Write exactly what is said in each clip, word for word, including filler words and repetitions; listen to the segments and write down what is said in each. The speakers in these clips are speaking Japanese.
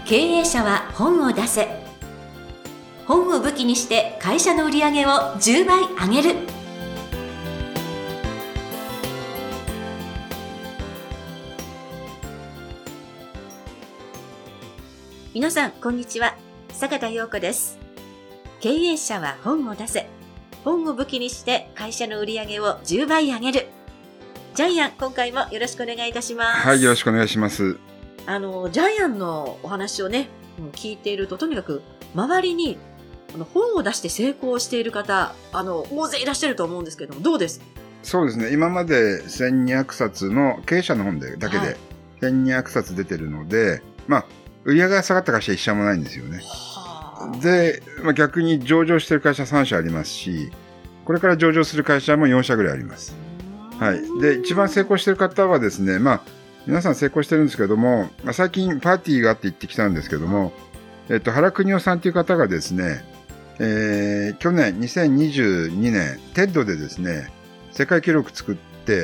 経営者は本を出せ。本を武器にして会社の売り上げをじゅうばい上げる。皆さんこんにちは、坂田陽子です。経営者は本を出せ。本を武器にして会社の売り上げをじゅうばい上げる。ジャイアン、今回もよろしくお願いいたします。 はい、よろしくお願いします。 あのジャイアンのお話をね聞いていると、とにかく周りにあの本を出して成功している方、あの大勢いらっしゃると思うんですけども、どうですか？ そうですね、今までせんにひゃくさつの経営者の本でだけでせんにひゃくさつ出てるので、はい、まあ売り上げが下がった会社一社もないんですよね。で、まあ、逆に上場してる会社さんしゃありますし、これから上場する会社もよんしゃぐらいあります。はい。で、一番成功してる方はですね、まあ皆さん成功してるんですけども、まあ、最近パーティーがあって行ってきたんですけども、えっと、原邦夫さんという方がですね、えー、去年にせんにじゅうにねん、テッドでですね、世界記録作って、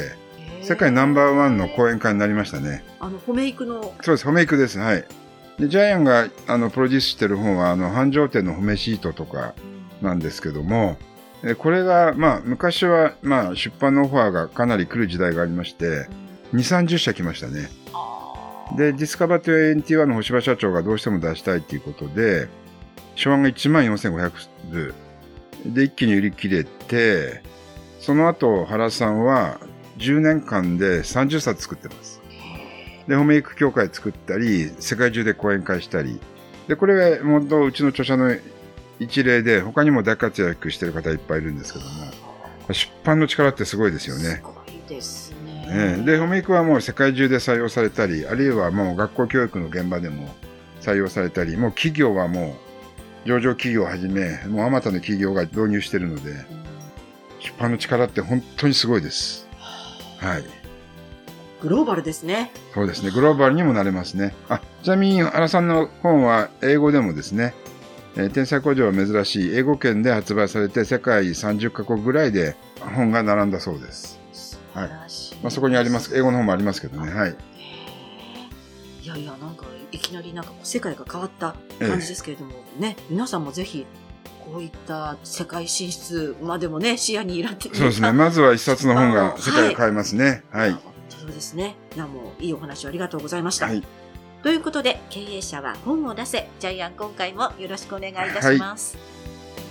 世界ナンバーワンの講演会になりましたね。 あの、ホメイクの。 そうです、ホメイクです。はい。で、ジャイアンが、あの、プロデュースしてる本は、あの、繁盛店のホメシートとかなんですけども、えこれが、まあ、昔は、まあ、出版のオファーがかなり来る時代がありまして、にじゅう、さんじゅっしゃ来ましたね。で、ディスカバーにじゅういちの星葉社長がどうしても出したいということで、初版が いちまんよんせんごひゃくぶで一気に売り切れて、その後原さんはじゅうねんかんでさんじゅっさつ作ってます。で、ホメイク協会作ったり、世界中で講演会したり、で、これはもっとうちの著者の一例で、他にも大活躍してる方いっぱいいるんですけども、出版の力ってすごいですよね。 すごいですね。 で、ホメイクはもう世界中で採用されたり、あるいはもう学校教育の現場でも採用されたり、もう企業はもう上場企業をはじめ、もうあまたの企業が導入しているので、出版の力って本当にすごいです。はい。 グローバルですね。 そうですね。グローバルにもなれますね。あ、ちなみに原さんの本は英語でもですね、えー、天才工場は珍しい英語圏で発売されて、世界さんじゅっかこくぐらいで本が並んだそうです。はい。まあ、そこにあります。英語の方もありますけどね。はい。 いやいや、なんかいきなりなんか世界が変わった感じですけれども、ええ、ね、皆さんもぜひこういった世界進出までもね視野に入れて、 そうですね。まずは一冊の本が世界を変えますね。はい。はい、 そうですね。いや、もういいお話をありがとうございました。 はい。 ということで、経営者は本を出せ。ジャイアン、今回もよろしくお願いいたします。はい、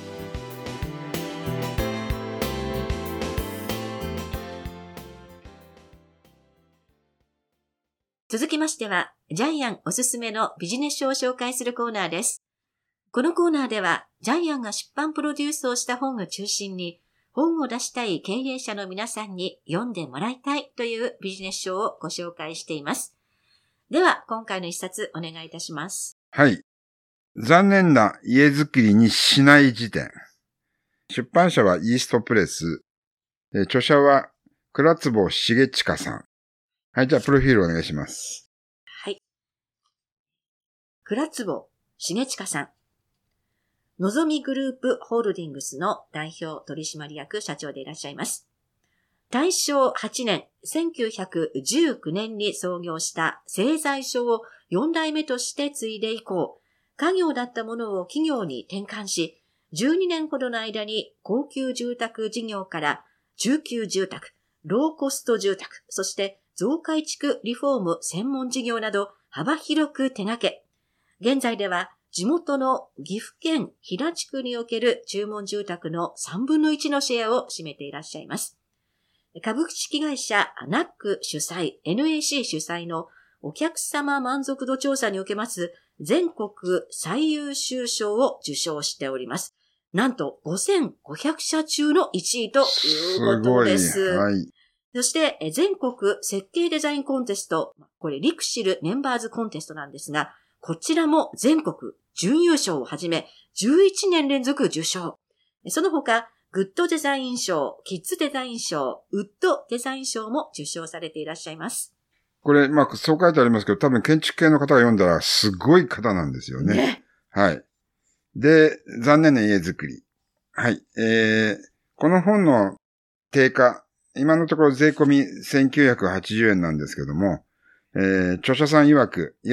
続きましては、ジャイアンおすすめのビジネス書を紹介するコーナーです。このコーナーでは、ジャイアンが出版プロデュースをした本を中心に、本を出したい経営者の皆さんに読んでもらいたいというビジネス書をご紹介しています。では、今回の一冊お願いいたします。 はい。残念な家づくりにしない時点。出版社はイーストプレス。著者は倉坪重親さん。はい、じゃあ、プロフィールお願いします。 はい。倉坪重親さん。のぞみグループホールディングスの代表取締役社長でいらっしゃいます。大正はちねん、せんきゅうひゃくじゅうきゅうねんに創業した製材所をよんだいめとして継いで以降、家業だったものを企業に転換し、じゅうにねんほどの間に高級住宅事業から中級住宅、ローコスト住宅、そして増改築リフォーム専門事業など幅広く手掛け、現在では地元の岐阜県飛騨地区における注文住宅のさんぶんのいちのシェアを占めていらっしゃいます。株式会社ナック主催、エヌエーシー 主催のお客様満足度調査におけます全国最優秀賞を受賞しております。なんとごせんごひゃくしゃ中のいちいということです。 すごい。はい。 そして全国設計デザインコンテスト、これリクシルメンバーズコンテストなんですが、こちらも全国準優勝をはじめじゅういちねん連続受賞。その他、グッドデザイン賞、キッズデザイン賞、ウッドデザイン賞も受賞されていらっしゃいます。 これ、まあ、そう書いてありますけど、多分建築系の方が読んだらすごい方なんですよね。ね。はい。で、残念な家づくり。はい。えー、この本の定価、今のところ税込みせんきゅうひゃくはちじゅうえんなんですけども、えー、著者さん曰く、いや、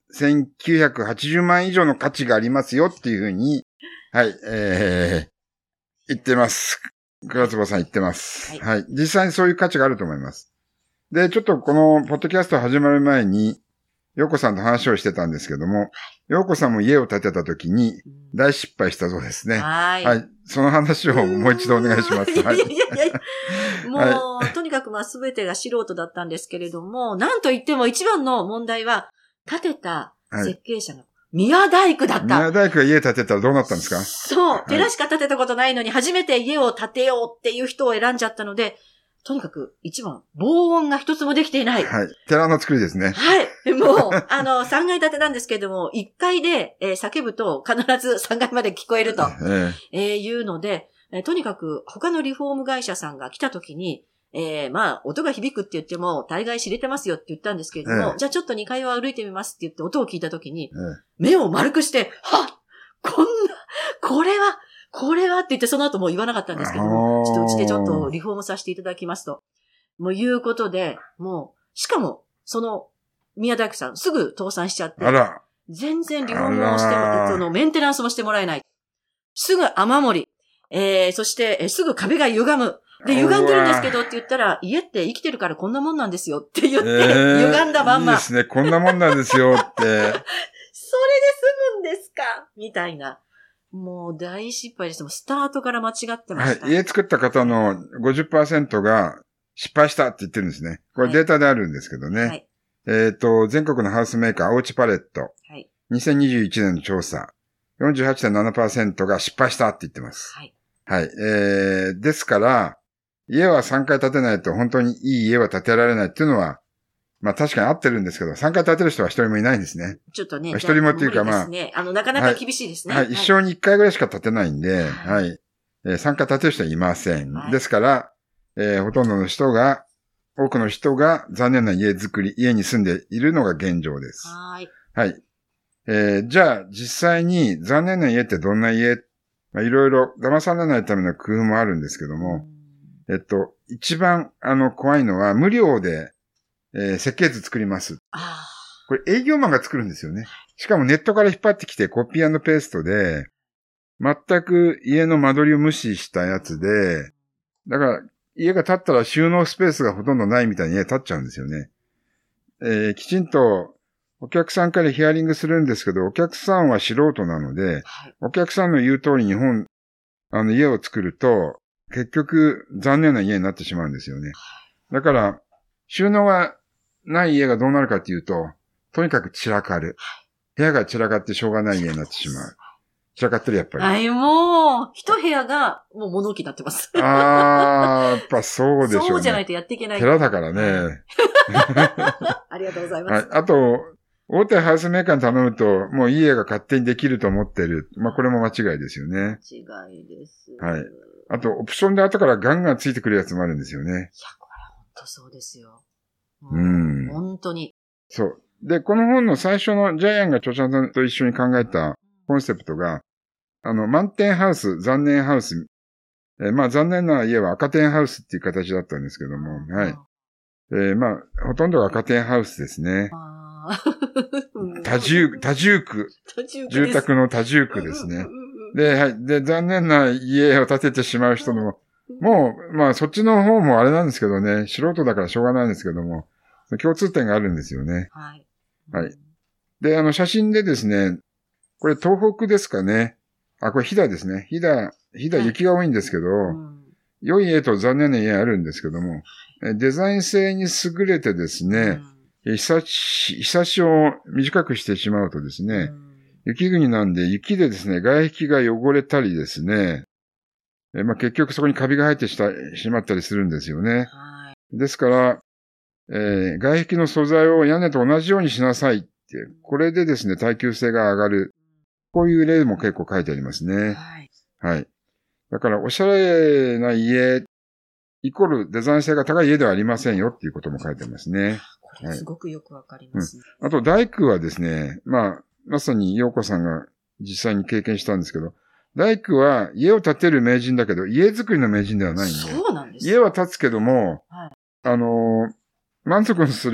せんきゅうひゃくはちじゅうまん以上の価値がありますよっていうふうに、はい、えー、言ってます。倉坪さん言ってます。はい、はい。実際にそういう価値があると思います。で、ちょっとこのポッドキャスト始まる前に、陽子さんと話をしてたんですけども、陽子さんも家を建てた時に大失敗したそうですね。はい。はい。その話をもう一度お願いします。はい。いやいやいやもう、はい、とにかくまあ全てが素人だったんですけれども、なんと言っても一番の問題は、建てた設計者の宮大工だった。 宮大工が家建てたらどうなったんですか？ そう。寺しか建てたことないのに、初めて家を建てようっていう人を選んじゃったので、とにかく一番、防音が一つもできていない。 はい。寺の作りですね。 はい。もう、あの、さんがい建てなんですけれども、いっかいで、えー、叫ぶと必ずさんがいまで聞こえると、ええー、いうので、えー、とにかく他のリフォーム会社さんが来た時に、えー、まあ、音が響くって言っても、大概知れてますよって言ったんですけれども、ええ、じゃあちょっとにかいは歩いてみますって言って音を聞いた時に、ええ、目を丸くして、はっこんな、これは、これはって言ってその後もう言わなかったんですけども、ちょっとうちでちょっとリフォームさせていただきますと。もういうことで、もう、しかも、その、宮大工さんすぐ倒産しちゃって、 あら全然リフォームをしても、そのメンテナンスもしてもらえない。すぐ雨漏り、えー、そして、えー、すぐ壁が歪む。で、歪んでるんですけどって言ったら、家って生きてるからこんなもんなんですよって言って、えー、歪んだまんま。 いいですね、こんなもんなんですよって。それで済むんですかみたいな。もう大失敗です。もうスタートから間違ってました。 はい。家作った方の ごじゅっパーセント が失敗したって言ってるんですね。これデータであるんですけどね。はい、えっと、全国のハウスメーカー、おうちパレット。はい。にせんにじゅういちねんの調査。よんじゅうはちてんななパーセント が失敗したって言ってます。はい。はい。えー、ですから、家はさんかい建てないと本当にいい家は建てられないっていうのは、まあ確かに合ってるんですけど、さんかい建てる人は一人もいないんですね。 ちょっとね。 一人もっていうかまあ。 ね、あの、なかなか厳しいですね。 はい。はい、一生に一回ぐらいしか建てないんで、はい。はい、えー、さんかい建てる人はいません。はい、ですから、えー、ほとんどの人が、多くの人が残念な家作り、家に住んでいるのが現状です。はい。はい。えー、じゃあ、実際に残念な家ってどんな家？まあ、いろいろ騙されないための工夫もあるんですけども、えっと、一番、あの、怖いのは、無料で、えー、設計図作ります。あこれ営業マンが作るんですよね。しかもネットから引っ張ってきてコピー&ペーストで、全く家の間取りを無視したやつで、だから家が建ったら収納スペースがほとんどないみたいに家建っちゃうんですよね。えー、きちんとお客さんからヒアリングするんですけど、お客さんは素人なので、はい、お客さんの言う通りに本、あの家を作ると、結局残念な家になってしまうんですよね。だから、収納がない家がどうなるかっていうと、とにかく散らかる。部屋が散らかってしょうがない家になってしまう。散らかってるやっぱり。 はい、もう、一部屋がもう物置になってます。 あー、やっぱそうでしょうね。 そうじゃないとやっていけない。 寺だからね。 ありがとうございます。 はい、あと、大手ハウスメーカーに頼むと、もういい家が勝手にできると思ってる。まあ、これも間違いですよね。 間違いです。 はい。あと、オプションで後からガンガンついてくるやつもあるんですよね。いや、 これ本当そうですよ。 うん。 本当に。 そう。で、この本の最初のジャイアンが著者さんと一緒に考えたコンセプトが、あの、満点ハウス、残念ハウス。えー、まあ、残念な家は赤点ハウスっていう形だったんですけども、はい。えー、まあ、ほとんどが赤点ハウスですね。多重、多重区。住宅の多重区ですね。で、はい。で、残念な家を建ててしまう人も、もう、まあ、そっちの方もあれなんですけどね、素人だからしょうがないんですけども、共通点があるんですよね。はい。はい。で、あの、写真でですね、これ東北ですかね。あ、これ飛騨ですね。飛騨、飛騨雪が多いんですけど、はい、良い家と残念な家あるんですけども、デザイン性に優れてですね、うん、日差し、日差しを短くしてしまうとですね、うん、雪国なんで雪でですね、外壁が汚れたりですね、えまあ、結局そこにカビが生えてしたしまったりするんですよね。はい、ですから、えー、外壁の素材を屋根と同じようにしなさいって、これでですね、耐久性が上がる。こういう例も結構書いてありますね。はい。はい。だから、おしゃれな家、イコールデザイン性が高い家ではありませんよっていうことも書いてますね。 これすごくよくわかりますね、 はい。うん。あと、大工はですね、まあ、まさに陽子さんが実際に経験したんですけど、大工は家を建てる名人だけど、家作りの名人ではないんで。 そうなんです。 家は建つけども、はい、あのー、満足する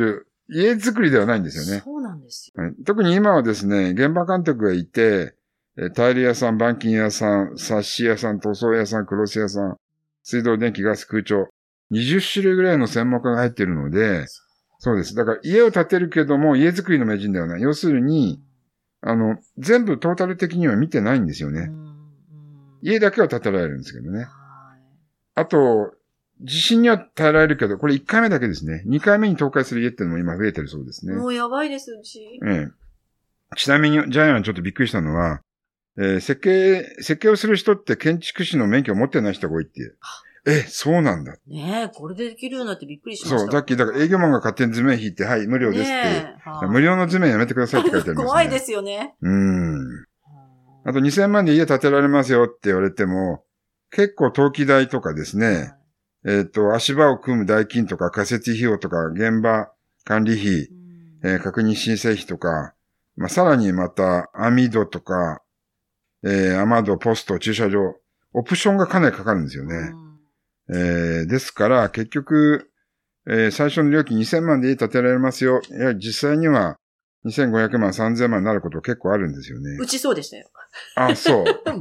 家作りではないんですよね。 そうなんですよ。 はい、特に今はですね、現場監督がいて、タイル屋さん、板金屋さん、冊子屋さん、塗装屋さん、クロス屋さん、水道、電気、ガス、空調、にじゅっしゅるいぐらいの専門家が入っているので、そうです。だから家を建てるけども、家作りの名人ではない。要するに、あの、全部トータル的には見てないんですよね。家だけは建てられるんですけどね。あと、地震には耐えられるけど、これいっかいめだけですね。にかいめに倒壊する家っていうのも今増えてるそうですね。 もうやばいです、うち。 ええ。ちなみに、ジャイアンちょっとびっくりしたのは、えー、設計、設計をする人って建築士の免許を持ってない人が多いって。え、そうなんだ。 ねえ、これでできるようになってびっくりしました。 そう、さっき、だから営業マンが勝手に図面引いて、はい、無料ですって。無料の図面やめてくださいって書いてありますね。 怖いですよね。 うん。あとにせんまんで家建てられますよって言われても、結構登記代とかですね、はい、えっと、足場を組む代金とか仮設費用とか現場管理費、えー、確認申請費とか、まあ、さらにまた網戸とか、えー、雨戸、ポスト、駐車場、オプションがかなりかかるんですよね。えー、ですから、結局、えー、最初の料金にせんまんで家建てられますよ。いや、実際にはにせんごひゃくまん、さんぜんまんになること結構あるんですよね。 うちそうでしたよ。 あ、そう。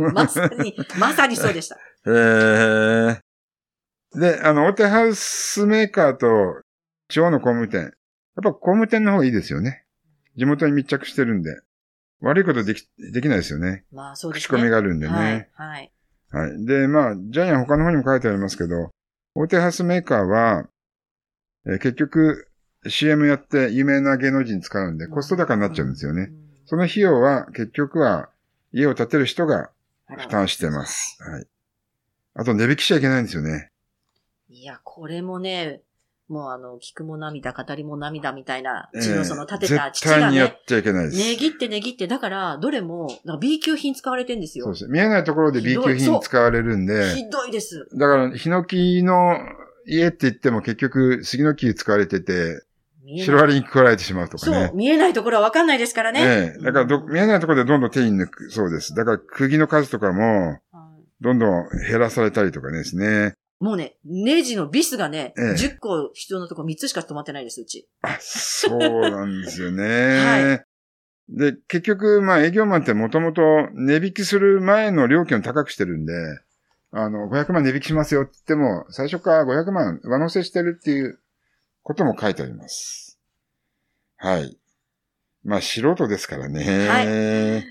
まさに、まさにそうでした。 えー、で、あの、大手ハウスメーカーと地方の工務店。やっぱ工務店の方がいいですよね。地元に密着してるんで。悪いことでき、できないですよね。 まあそうですね。 口コミがあるんでね。はい。 はい。 はい。で、まあ、ジャイアン他の方にも書いてありますけど、大手ハウスメーカーは、えー、結局 シーエム やって有名な芸能人使うんでコスト高になっちゃうんですよね。うんうん、その費用は結局は家を建てる人が負担してます。はい。あと値引きしちゃいけないんですよね。 いや、これもね、もうあの、聞くも涙、語りも涙みたいな、うちのその建てた父がね、絶対にやっちゃいけないです。 値切って値切って、だから、どれも、なんか B 級品使われてるんですよ。 そうです。見えないところで B 級品使われるんで。 ひどいです。 だから、ヒノキの家って言っても結局、杉の木使われてて、シロアリに食われてしまうとかね。 そう、見えないところは分かんないですからね。 ええ。だからど、うん、見えないところでどんどん手に抜く、そうです。だから、釘の数とかも、どんどん減らされたりとかですね。 もうね、ネジのビスがね、ええ、じゅっこ必要なとこみっつしか止まってないです、うち。 あ、そうなんですよね。はい。で、結局、まあ営業マンってもともと値引きする前の料金を高くしてるんで、あの、ごひゃくまん値引きしますよって言っても、最初からごひゃくまん上乗せしてるっていうことも書いてあります。はい。まあ素人ですからね。 はい。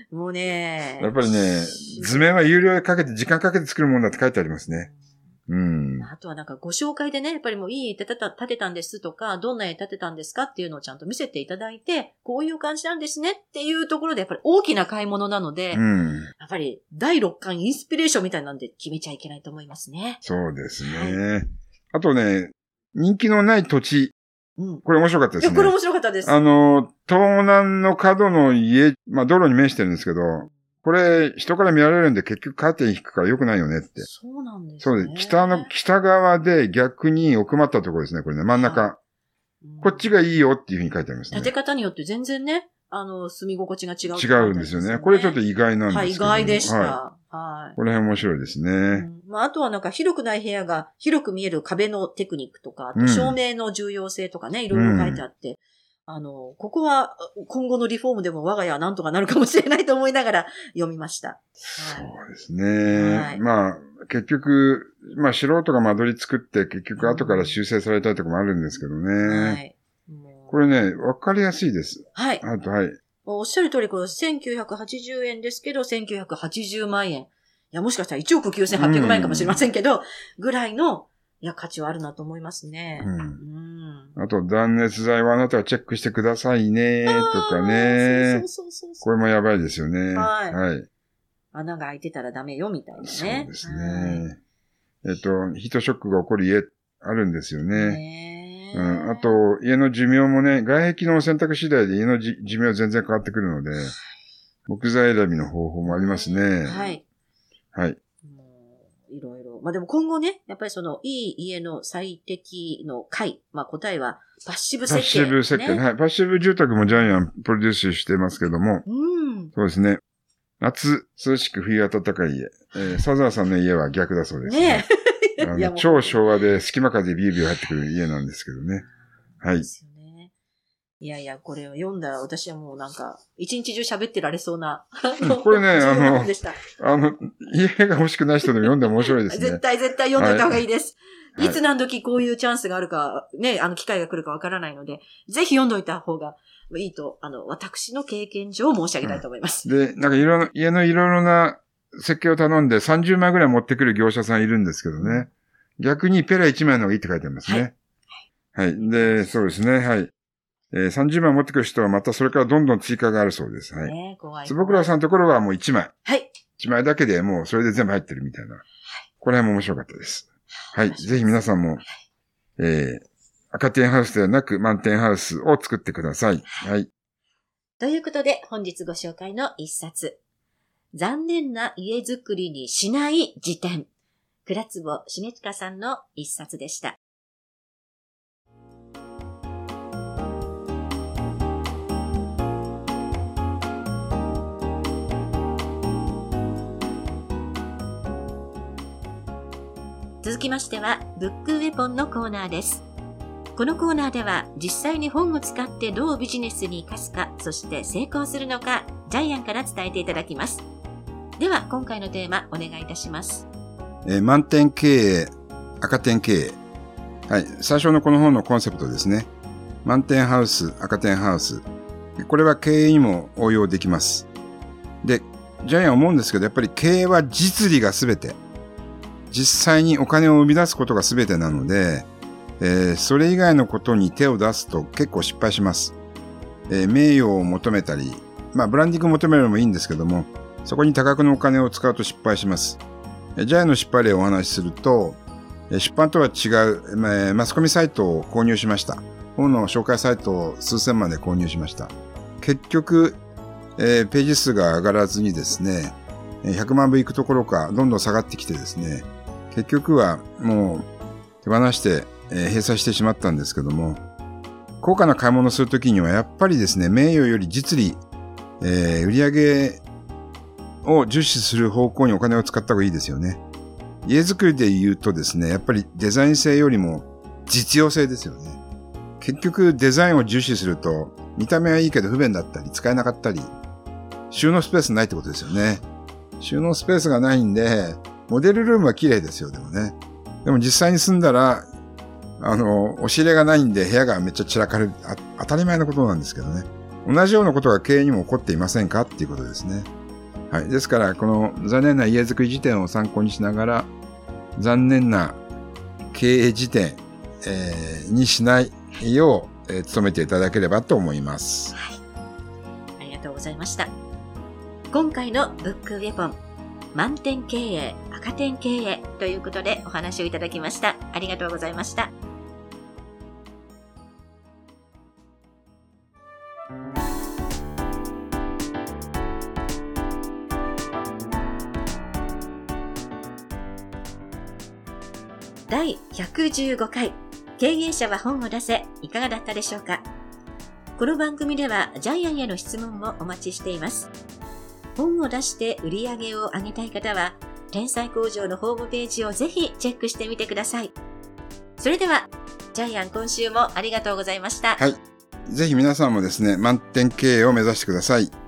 もうね。 やっぱりね、図面は有料でかけて、時間かけて作るもんだって書いてありますね。うん。 あとはなんかご紹介でね、やっぱりもういい家建てた、建てたんですとか、どんな家建てたんですかっていうのをちゃんと見せていただいて、こういう感じなんですねっていうところでやっぱり大きな買い物なので、うん、やっぱりだいろっかんインスピレーションみたいなんで決めちゃいけないと思いますね。 そうですね。はい、あとね、人気のない土地。うん、これ面白かったですね。 いや、これ面白かったです。 あの、東南の角の家、まあ道路に面してるんですけど、これ、人から見られるんで結局カーテン引くから良くないよねって。 そうなんですね。 そうです。北の、北側で逆に奥まったところですね、これね、真ん中。はい、こっちがいいよっていうふうに書いてありますね。 建て方によって全然ね、あの、住み心地が違う、ね。 違うんですよね。これちょっと意外なんですけど。はい、 意外でした。 はい。はい、この辺面白いですね。うん、 まあ、あとはなんか広くない部屋が広く見える壁のテクニックとか、あと照明の重要性とかね、うん、いろいろ書いてあって、あの、ここは今後のリフォームでも我が家はなんとかなるかもしれないと思いながら読みました。はい、 そうですね。はい、まあ、結局、まあ素人が間取り作って結局後から修正されたりとかもあるんですけどね。はい、これね、わかりやすいです。 はい。 あと、はい。 おっしゃる通り、これせんきゅうひゃくはちじゅうえんですけど、せんきゅうひゃくはちじゅうまんえん。いや、もしかしたらいちおくきゅうせんはっぴゃくまんえんかもしれませんけど、うん、ぐらいの、いや、価値はあるなと思いますね。うん。 うん、あと、断熱材はあなたはチェックしてくださいね、とかね。そうそうそうそう。これもやばいですよね。はい。はい。 穴が開いてたらダメよ、みたいなね。 そうですね。えっと、ヒートショックが起こる家あるんですよね。ねうん。あと、家の寿命もね、外壁の選択次第で家の寿命全然変わってくるので、木材選びの方法もありますね。はい。はい。 いろいろ。まあでも今後ね、やっぱりその、いい家の最適の解。まあ答えは、パッシブ設計、ね。 パッシブ設計。はい。パッシブ住宅もジャイアンプロデュースしてますけども。うん。そうですね。夏、涼しく冬暖かい家。えー、サザーさんの家は逆だそうですね。ねえ。あの超昭和で隙間風ビュービュー入ってくる家なんですけどね。はい。ですよね。 いやいや、これを読んだら私はもうなんか、一日中喋ってられそうな。 これね、あの、 でした。 あの、家が欲しくない人でも読んでも面白いですね。 絶対絶対読んでた方がいいです。はい、いつ何時こういうチャンスがあるか、ね、あの機会が来るかわからないので、ぜひ読んどいた方がいいと、あの、私の経験上申し上げたいと思います。 うん、で、なんかいろいろ、家のいろいろな設計を頼んでさんじゅうまいぐらい持ってくる業者さんいるんですけどね。逆にペラいちまいの方がいいって書いてありますね。はい。はい。で、そうですね。はい。えー、さんじゅうまい持ってくる人はまたそれからどんどん追加があるそうです。はい。 ね、怖い。 坪倉さんのところはもういちまい。 はい。いちまいだけでもうそれで全部入ってるみたいな。はい。これも面白かったです。はい。ぜひ皆さんも、えー、赤点ハウスではなく満点ハウスを作ってください。はい。 ということで本日ご紹介の一冊。残念な家づくりにしない辞典。倉坪茂親さんの一冊でした。続きましては、ブックウェポンのコーナーです。このコーナーでは、実際に本を使ってどうビジネスに生かすか、そして成功するのか、ジャイアンから伝えていただきます。では、今回のテーマ、お願いいたします。 えー、満点経営、赤点経営。はい。最初のこの本のコンセプトですね。満点ハウス、赤点ハウス。これは経営にも応用できます。で、ジャイアン思うんですけど、やっぱり経営は実利がすべて。実際にお金を生み出すことが全てなので、えー、それ以外のことに手を出すと結構失敗します。えー、名誉を求めたり、まあブランディングを求めるのもいいんですけども、そこに多額のお金を使うと失敗します。えー、ジャイアンの失敗例をお話しすると、えー、出版とは違う、えー、マスコミサイトを購入しました。本の紹介サイトを数千万で購入しました。結局、えー、ページ数が上がらずにですね、ひゃくまんぶいくところか、どんどん下がってきてですね、結局はもう手放して、えー、閉鎖してしまったんですけども、高価な買い物をするときにはやっぱりですね、名誉より実利、えー、売上を重視する方向にお金を使った方がいいですよね。家づくりで言うとですね、やっぱりデザイン性よりも実用性ですよね。結局デザインを重視すると、見た目はいいけど不便だったり、使えなかったり、収納スペースないってことですよね。収納スペースがないんで、モデルルームは綺麗ですよ、でもね。でも実際に住んだら、あの、押し入れがないんで部屋がめっちゃ散らかる、あ、当たり前のことなんですけどね。同じようなことが経営にも起こっていませんかっていうことですね。はい。ですから、この残念な家づくり辞典を参考にしながら、残念な経営辞典、えー、にしないよう、えー、努めていただければと思います。 はい。ありがとうございました。今回のブックウェポン、満点経営、赤点経営ということでお話をいただきました。ありがとうございました。だいひゃくじゅうごかい、経営者は本を出せ、いかがだったでしょうか。この番組ではジャイアンへの質問もお待ちしています。本を出して売り上げを上げたい方は、天才工場のホームページをぜひチェックしてみてください。それでは、ジャイアン今週もありがとうございました。 はい。ぜひ皆さんもですね、満点経営を目指してください。